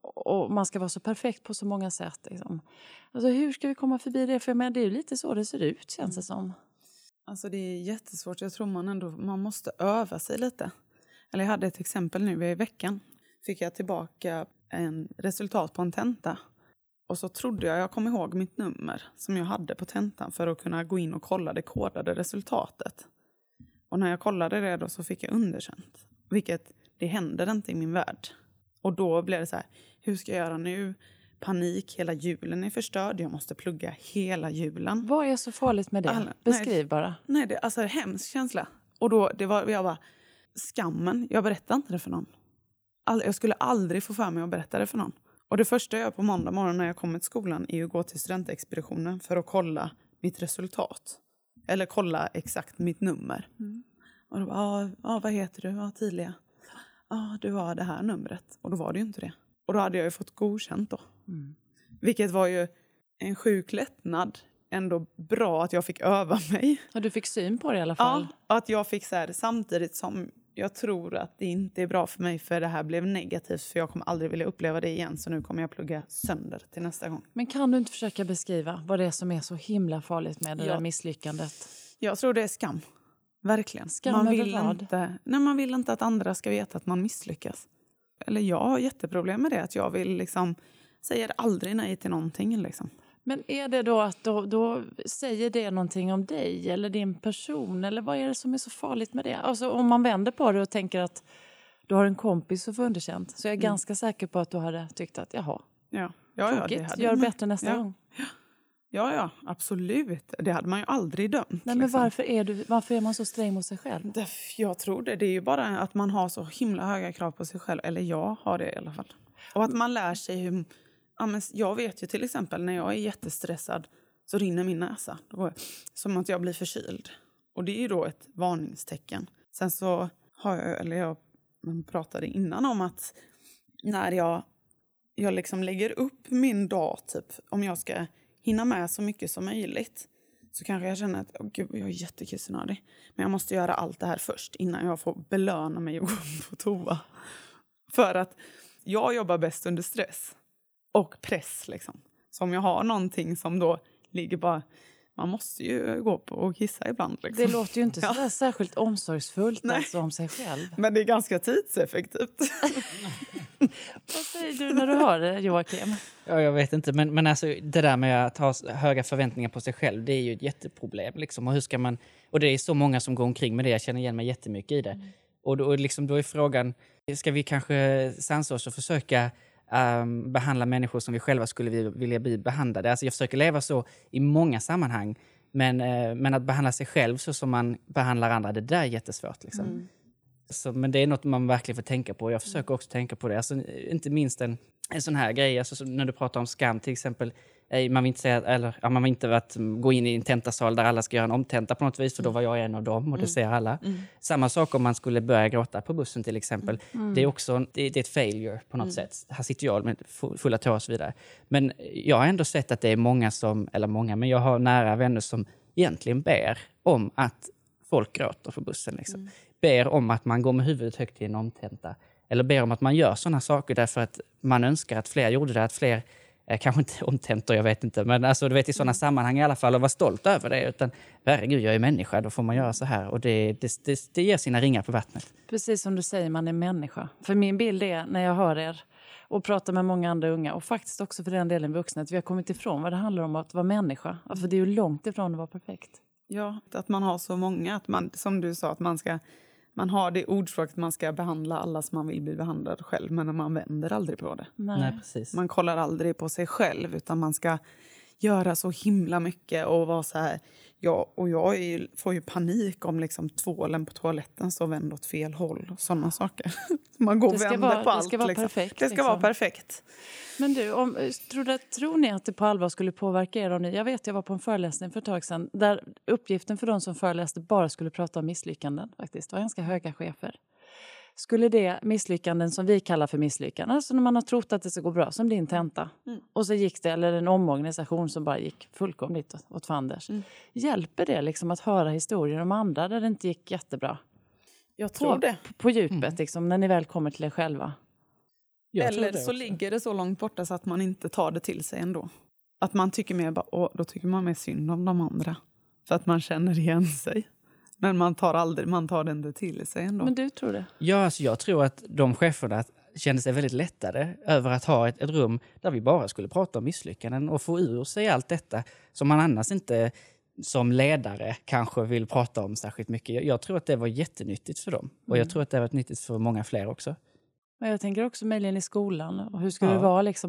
och man ska vara så perfekt på så många sätt. Liksom. Alltså, hur ska vi komma förbi det? För det är ju lite så det ser ut, känns det som. Alltså det är jättesvårt. Jag tror man måste öva sig lite. Eller jag hade ett exempel nu i veckan. Fick jag tillbaka en resultat på en tenta. Och så trodde jag kom ihåg mitt nummer som jag hade på tentan för att kunna gå in och kolla det kodade resultatet. Och när jag kollade det då så fick jag underkänt. Vilket det händer inte i min värld. Och då blev det så här, hur ska jag göra nu? Panik, hela julen är förstörd. Jag måste plugga hela julen. Vad är så farligt med det? Beskriv bara. Nej, det är alltså en hemsk känsla. Och då, jag bara, skammen, jag berättar inte det för någon. Jag skulle aldrig få för mig att berätta det för någon. Och det första jag gör på måndag morgon när jag kommer till skolan är att gå till studentexpeditionen för att kolla mitt resultat. Eller kolla exakt mitt nummer. Och då bara, vad heter du? Ja, Tilia. Ja, du har det här numret. Och då var det ju inte det. Och då hade jag ju fått godkänt då. Vilket var ju en sjuk lättnad. Ändå bra att jag fick öva mig. Ja, du fick syn på det i alla fall. Ja, att jag fick så här, samtidigt som jag tror att det inte är bra för mig för det här blev negativt. För jag kommer aldrig vilja uppleva det igen. Så nu kommer jag plugga sönder till nästa gång. Men kan du inte försöka beskriva vad det är som är så himla farligt med det där misslyckandet? Jag tror det är skam. Verkligen. Skam man vill inte att andra ska veta att man misslyckas. Eller jag har jätteproblem med det. Att jag vill liksom, säger aldrig nej till någonting liksom. Men är det då att då säger det någonting om dig eller din person? Eller vad är det som är så farligt med det? Alltså om man vänder på det och tänker att du har en kompis som får underkänt. Så jag är ganska säker på att du hade tyckt att jaha, tråkigt, gör bättre nästa gång. Ja, absolut. Det hade man ju aldrig dömt. Nej, men liksom. Varför är man så sträng mot sig själv? Jag tror det. Det är ju bara att man har så himla höga krav på sig själv. Eller jag har det i alla fall. Och att man lär sig hur... Ja, men jag vet ju till exempel när jag är jättestressad så rinner min näsa. Som att jag blir förkyld. Och det är ju då ett varningstecken. Sen så har jag pratade innan om att när jag liksom lägger upp min dag typ, om jag ska hinna med så mycket som möjligt så kanske jag känner att gud, jag är jättekissnödig. Men jag måste göra allt det här först innan jag får belöna mig och gå på toa. För att jag jobbar bäst under stress och press liksom. Så om jag har någonting som då ligger bara... Man måste ju gå på och kissa ibland. Liksom. Det låter ju inte så särskilt omsorgsfullt alltså om sig själv. Men det är ganska tidseffektivt. Vad säger du när du hör det, Joakim? Ja, jag vet inte. Men alltså, det där med att ha höga förväntningar på sig själv, det är ju ett jätteproblem. Liksom. Och hur ska man... Och det är så många som går omkring med det. Jag känner igen mig jättemycket i det. Och då är frågan, ska vi kanske sansa oss och försöka... behandla människor som vi själva skulle vilja bli behandlade. Alltså jag försöker leva så i många sammanhang. Men att behandla sig själv så som man behandlar andra, det där är jättesvårt. Liksom. Så, men det är något man verkligen får tänka på. Jag försöker också tänka på det. Alltså, inte minst en sån här grej. Alltså, när du pratar om skam till exempel. Man vill inte säga, man vill inte gå in i en tentasal där alla ska göra en omtenta på något vis. För då var jag en av dem och det ser alla. Samma sak om man skulle börja gråta på bussen till exempel. Det är också det är ett failure på något sätt. Här sitter jag med fulla tår och så vidare. Men jag har ändå sett att det är men jag har nära vänner som egentligen ber om att folk gråter på bussen. Liksom. Ber om att man går med huvudet högt i en omtenta. Eller ber om att man gör sådana saker därför att man önskar att fler gjorde det. Att fler, kanske inte omtentor, jag vet inte. Men alltså, du vet, i sådana sammanhang i alla fall. Och vara stolt över det. Utan, herregud, jag är människa. Då får man göra så här. Och det ger sina ringar på vattnet. Precis som du säger, man är människa. För min bild är, när jag hör er och pratar med många andra unga. Och faktiskt också för den delen vuxna. Att vi har kommit ifrån vad det handlar om att vara människa. För det är ju långt ifrån att vara perfekt. Ja, att man har så många. Att man, som du sa, att man har det ordspråket att man ska behandla alla som man vill bli behandlad själv. Men man vänder aldrig på det. Nej, precis. Man kollar aldrig på sig själv. Utan man ska göra så himla mycket. Och vara så här. Jag får ju panik om liksom tvålen på toaletten så vänder åt fel håll. Sådana saker. Man går och vänder på allt. Det ska vara liksom. perfekt. Det ska vara perfekt. Men du, tror ni att det på allvar skulle påverka er? Jag vet, jag var på en föreläsning för ett tag sedan. Där uppgiften för de som föreläste bara skulle prata om misslyckanden. Faktiskt. Det var ganska höga chefer. Skulle det misslyckanden som vi kallar för misslyckanden, alltså när man har trott att det ska gå bra, som din tenta. Och så gick det, eller en omorganisation som bara gick fullkomligt åt fanders. Hjälper det liksom att höra historier om andra där det inte gick jättebra? Jag tror det. På djupet, liksom, när ni väl kommer till er själva. Eller så ligger det så långt borta så att man inte tar det till sig ändå. Att man tycker mer, då tycker man mer synd om de andra. För att man känner igen sig. Men man tar det inte till sig ändå. Men du tror det? Ja, alltså jag tror att de cheferna kände sig väldigt lättade över att ha ett rum där vi bara skulle prata om misslyckanden och få ur sig allt detta som man annars inte som ledare kanske vill prata om särskilt mycket. Jag tror att det var jättenyttigt för dem. Och jag tror att det har varit nyttigt för många fler också. Men jag tänker också möjligen i skolan. Och hur skulle det vara liksom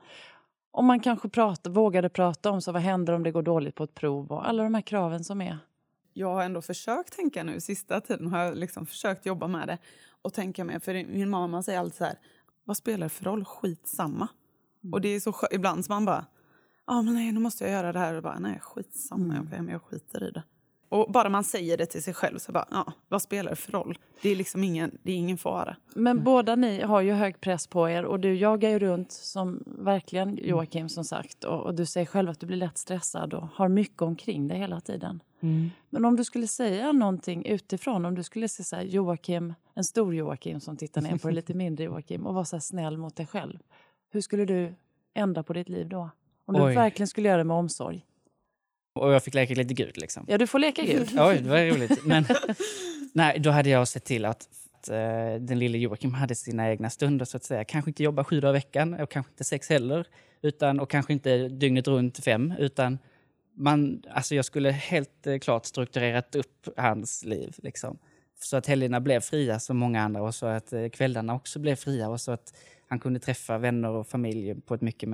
om man kanske vågade prata om så vad händer om det går dåligt på ett prov och alla de här kraven som är. Jag har ändå försökt tänka nu, sista tiden har jag liksom försökt jobba med det och tänka med, för min mamma säger alltid så här, vad spelar det för roll? Skitsamma. Och det är så ibland som man bara, men nej, nu måste jag göra det här och bara, nej, skitsamma, jag skiter i det. Och bara man säger det till sig själv så bara, vad spelar det för roll? Det är liksom ingen fara. Men båda ni har ju hög press på er och du jagar ju runt som verkligen Joakim som sagt. Och du säger själv att du blir lätt stressad och har mycket omkring dig hela tiden. Men om du skulle säga någonting utifrån, om du skulle säga så här, Joakim, en stor Joakim som tittar ner på det lite mindre Joakim och vara så här snäll mot dig själv. Hur skulle du ändra på ditt liv då? Om du verkligen skulle göra det med omsorg. Och jag fick leka lite Gud liksom. Ja, du får leka Gud. Oj, det var roligt. Men nej, då hade jag sett till att den lilla Joakim hade sina egna stunder så att säga. Kanske inte jobba 7 dagar i veckan och kanske inte 6 heller. Och kanske inte dygnet runt 5. Utan jag skulle helt klart strukturerat upp hans liv liksom. Så att helgerna blev fria som många andra och så att kvällarna också blev fria och så att han kunde träffa vänner och familj på ett mycket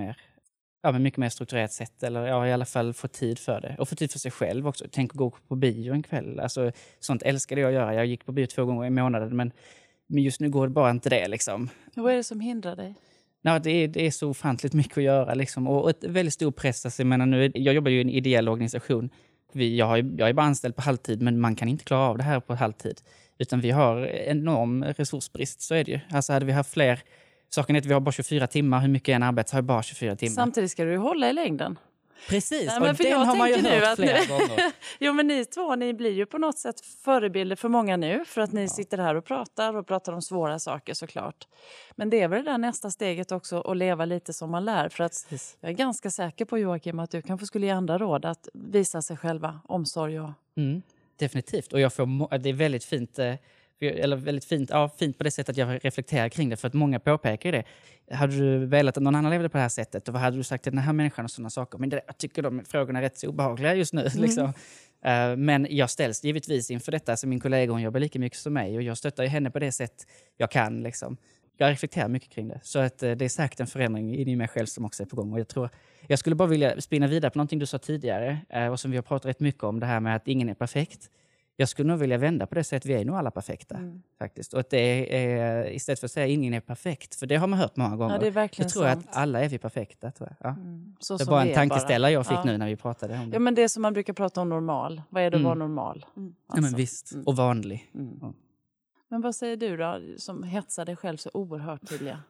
mer strukturerat sätt. Eller i alla fall få tid för det. Och få tid för sig själv också. Tänk att gå på bio en kväll. Alltså, sånt älskade jag att göra. Jag gick på bio 2 gånger i månaden. Men just nu går det bara inte det liksom. Och vad är det som hindrar dig? Det är så ofantligt mycket att göra liksom. Och ett väldigt stor press. Alltså, jag jobbar ju i en ideell organisation. Jag är bara anställd på halvtid. Men man kan inte klara av det här på halvtid. Utan vi har enorm resursbrist. Så är det ju. Alltså hade vi haft fler... Saken är att vi har bara 24 timmar. Hur mycket en arbete har jag bara 24 timmar. Samtidigt ska du hålla i längden. Precis, Nej, men och den har man ju hört flera gånger. Jo, men ni blir ju på något sätt förebilder för många nu. För att ni sitter här och pratar om svåra saker såklart. Men det är väl det där nästa steget också att leva lite som man lär. För att jag är ganska säker på Joakim att du kanske skulle ge andra råd att visa sig själva omsorg. Definitivt, och det är väldigt fint... Eller väldigt fint på det sättet att jag reflekterar kring det. För att många påpekar det. Hade du velat att någon annan levde på det här sättet? Och vad hade du sagt till den här människan och sådana saker? Men jag tycker de frågorna är rätt så obehagliga just nu. Liksom. Men jag ställs givetvis inför detta. Så min kollega, hon jobbar lika mycket som mig. Och jag stöttar henne på det sätt jag kan. Liksom. Jag reflekterar mycket kring det. Så att det är säkert en förändring i mig själv som också är på gång. Och jag skulle bara vilja spinna vidare på någonting du sa tidigare. Och som vi har pratat rätt mycket om. Det här med att ingen är perfekt. Jag skulle nog vilja vända på det så att vi är nog alla perfekta. Faktiskt. Och att det är, istället för att säga ingen är perfekt. För det har man hört många gånger. Ja, det är verkligen jag tror sant. att alla är vi perfekta. Tror jag. Ja. Så det som var en vi är tankeställare jag fick Ja. nu när vi pratade om det. Ja, men det som man brukar prata om normal. Vad är det att vara normal? Ja, men visst. Och vanlig. Ja. Men vad säger du då som hetsar dig själv så oerhört tydliga?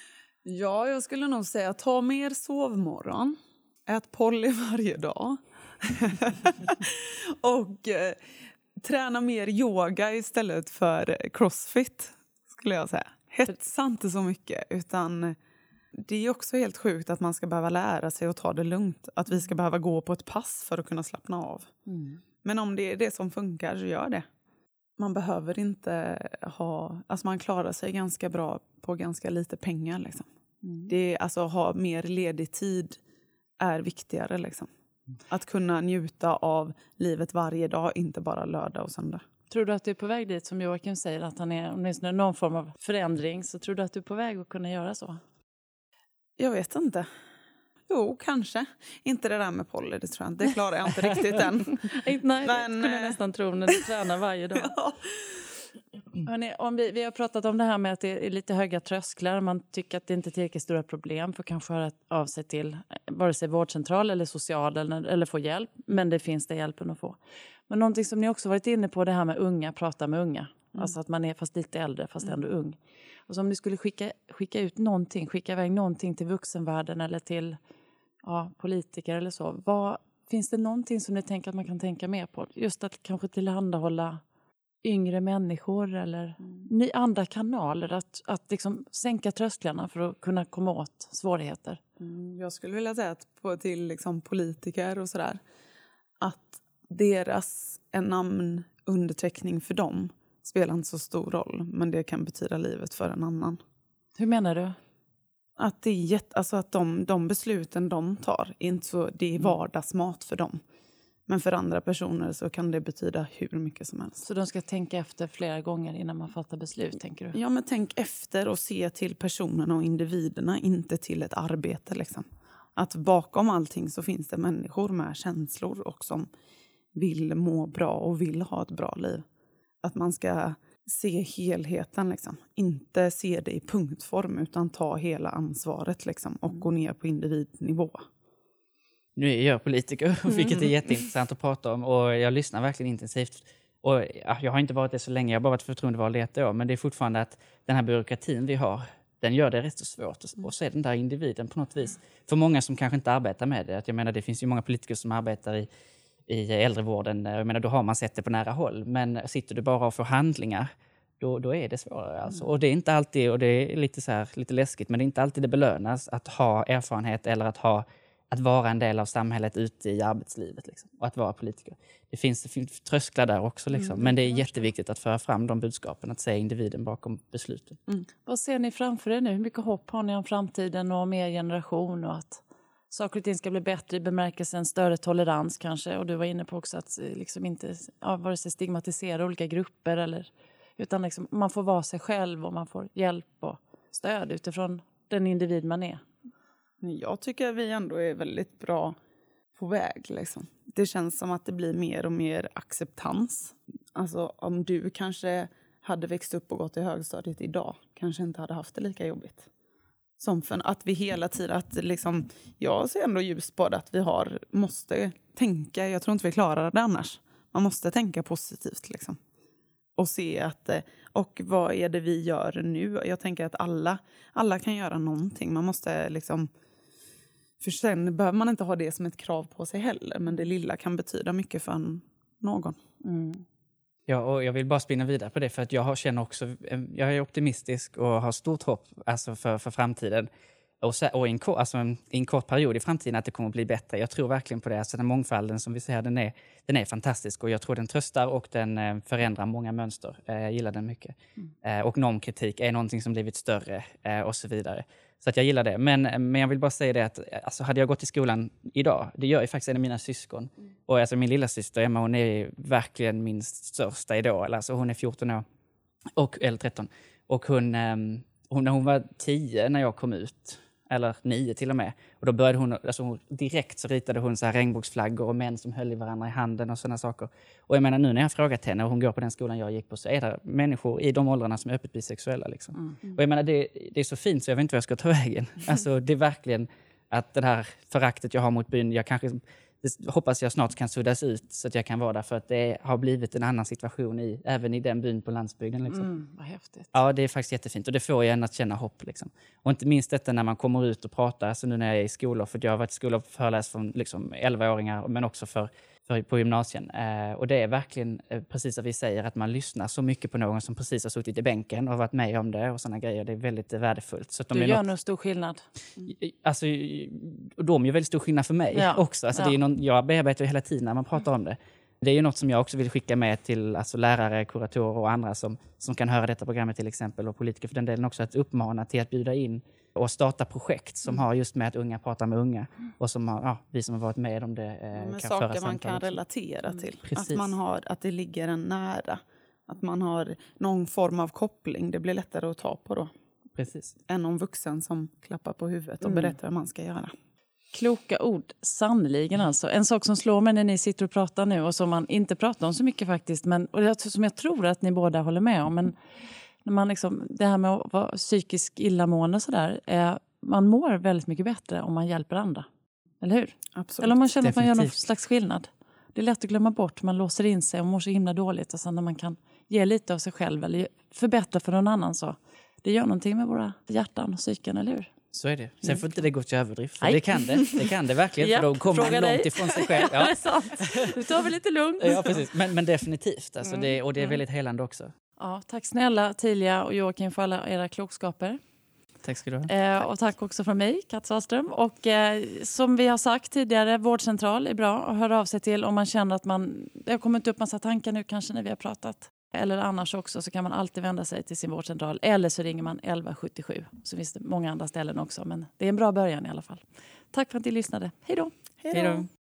Ja, jag skulle nog säga ta mer sovmorgon. Ät Polly varje dag. Och träna mer yoga istället för crossfit, skulle jag säga. Hetsa inte så mycket, utan det är också helt sjukt att man ska behöva lära sig att ta det lugnt. Att vi ska behöva gå på ett pass för att kunna slappna av. Men om det är det som funkar så gör det. Man behöver inte alltså man klarar sig ganska bra på ganska lite pengar liksom. Det är, alltså ha mer ledig tid är viktigare liksom. Att kunna njuta av livet varje dag, inte bara lördag och söndag. Tror du att du är på väg dit som Joakim säger att han är åtminstone någon form av förändring, så tror du att du är på väg att kunna göra så? Jag vet inte. Jo, kanske. Inte det där med Polly, det tror jag inte. Det klarar jag inte riktigt än. Nej, men, det skulle jag nästan tro när du tränar varje dag. Ja. Hörrni, vi har pratat om det här med att det är lite höga trösklar. Man tycker att det inte är tillräckligt stora problem för att kanske höra av sig till vare sig vårdcentral eller social eller få hjälp. Men det finns det hjälpen att få. Men någonting som ni också varit inne på, det här med unga, prata med unga. Alltså att man är fast lite äldre fast ändå ung. Och så om ni skulle skicka ut någonting, skicka iväg någonting till vuxenvärlden eller till politiker eller så. Finns det någonting som ni tänker att man kan tänka mer på? Just att kanske tillhandahålla yngre människor eller andra kanaler att liksom sänka trösklarna för att kunna komma åt svårigheter? Jag skulle vilja säga att till liksom politiker och sådär, att deras namnunderteckning för dem spelar inte så stor roll, men det kan betyda livet för en annan. Hur menar du? Att det är att de besluten de tar, inte så, det är vardagsmat för dem. Men för andra personer så kan det betyda hur mycket som helst. Så de ska tänka efter flera gånger innan man fattar beslut, tänker du? Ja, men tänk efter och se till personerna och individerna, inte till ett arbete liksom. Att bakom allting så finns det människor med känslor och som vill må bra och vill ha ett bra liv. Att man ska se helheten liksom. Inte se det i punktform utan ta hela ansvaret liksom. Och gå ner på individnivå. Nu är jag politiker, vilket är jätteintressant att prata om. Och jag lyssnar verkligen intensivt. Och jag har inte varit det så länge, jag har bara varit förtroendevald i 1 år. Men det är fortfarande att den här byråkratin vi har, den gör det rätt så svårt att se den där individen på något vis. För många som kanske inte arbetar med det. Jag menar, det finns ju många politiker som arbetar i äldrevården. Jag menar, då har man sett det på nära håll. Men sitter du bara och får handlingar, då är det svårare. Alltså. Och det är inte alltid, och det är lite läskigt, men det är inte alltid det belönas att ha erfarenhet eller att vara en del av samhället ute i arbetslivet. Liksom, och att vara politiker. Det finns trösklar där också. Liksom. Men det är jätteviktigt att föra fram de budskapen. Att se individen bakom besluten. Vad ser ni framför er nu? Hur mycket hopp har ni om framtiden och mer generation? Och att saker och ting ska bli bättre i bemärkelsen större tolerans kanske. Och du var inne på också att liksom inte vare sig stigmatisera olika grupper. Utan liksom, man får vara sig själv och man får hjälp och stöd utifrån den individ man är. Jag tycker att vi ändå är väldigt bra på väg. Liksom. Det känns som att det blir mer och mer acceptans. Alltså om du kanske hade växt upp och gått i högstadiet idag kanske inte hade haft det lika jobbigt. Som för att vi hela tiden, att liksom, jag ser ändå ljus på det, att vi måste tänka, jag tror inte vi klarar det annars. Man måste tänka positivt liksom. Och se att, och vad är det vi gör nu? Jag tänker att alla kan göra någonting. Man måste liksom, för sen behöver man inte ha det som ett krav på sig heller. Men det lilla kan betyda mycket för någon. Ja, och jag vill bara spinna vidare på det, för att jag är optimistisk och har stort hopp alltså för framtiden. Och i en kort period i framtiden att det kommer att bli bättre. Jag tror verkligen på det. Alltså den mångfalden som vi ser, den är fantastisk. Och jag tror den tröstar och den förändrar många mönster. Jag gillar den mycket. Och normkritik är någonting som blivit större och så vidare. Så att jag gillar det. Men jag vill bara säga det att alltså, hade jag gått i skolan idag, det gör ju faktiskt en av mina syskon. Och alltså min lilla syster Emma, hon är verkligen min största idol. Alltså hon är 14 år, eller 13. Och hon när hon var 10 när jag kom ut, eller 9 till och med. Och då började hon direkt så ritade hon så här regnbågsflaggor och män som höll i varandra i handen och sådana saker. Och jag menar nu när jag frågat henne och hon går på den skolan jag gick på, så är det människor i de åldrarna som är öppet bisexuella liksom. Och jag menar det är så fint så jag vet inte vad jag ska ta vägen. Alltså det är verkligen att det här föraktet jag har mot byn, det hoppas jag snart kan suddas ut så att jag kan vara där, för att det har blivit en annan situation även i den byn på landsbygden. Liksom. Vad häftigt. Ja, det är faktiskt jättefint och det får en att känna hopp. Liksom. Och inte minst detta när man kommer ut och pratar, alltså nu när jag är i skolor, för jag har varit i skolor och föreläst från liksom 11-åringar men också på gymnasien. Och det är verkligen precis som vi säger, att man lyssnar så mycket på någon som precis har suttit i bänken och varit med om det och sådana grejer. Det är väldigt värdefullt. Så att du gör nog stor skillnad. Alltså, de gör väldigt stor skillnad för mig också. Alltså, det är jag bearbetar hela tiden när man pratar om det. Det är ju något som jag också vill skicka med till alltså, lärare, kuratorer och andra som kan höra detta programmet till exempel, och politiker för den delen också, att uppmana till att bjuda in och starta projekt som har just med att unga pratar med unga och som har, vi som har varit med om det kan saker föra man kan också relatera till. Precis. Att det ligger en nära. Att man har någon form av koppling. Det blir lättare att ta på då. Precis. Än någon vuxen som klappar på huvudet och berättar vad man ska göra. Kloka ord, sannoliken alltså. En sak som slår mig när ni sitter och pratar nu och som man inte pratar om så mycket faktiskt, men och som jag tror att ni båda håller med om, men när man liksom, det här med att vara psykisk illamående och sådär, man mår väldigt mycket bättre om man hjälper andra. Eller hur? Absolut. Eller om man känner att man gör någon Definitivt. slags skillnad. Det är lätt att glömma bort, man låser in sig och mår så himla dåligt, och sen när man kan ge lite av sig själv eller förbättra för någon annan, så det gör någonting med våra hjärtan och psyken, eller hur? Så är det. Sen får inte det gå till överdrift. För Nej. det kan det verkligen. Japp, för då kommer man fråga långt dig. ifrån sig själv. Ja. Det är sant. Nu tar vi lite lugnt. Ja, precis. Men definitivt. Alltså det är väldigt helande också. Ja, tack snälla Tilia och Joakim för alla era klokskaper. Tack ska du ha. Och tack också från mig, Kat Sahlström. Och som vi har sagt tidigare, vårdcentral är bra att höra av sig till om man känner att det har kommit upp massa tankar nu kanske när vi har pratat. Eller annars också så kan man alltid vända sig till sin vårdcentral. Eller så ringer man 1177. Så finns det många andra ställen också. Men det är en bra början i alla fall. Tack för att ni lyssnade. Hej då! Hej då!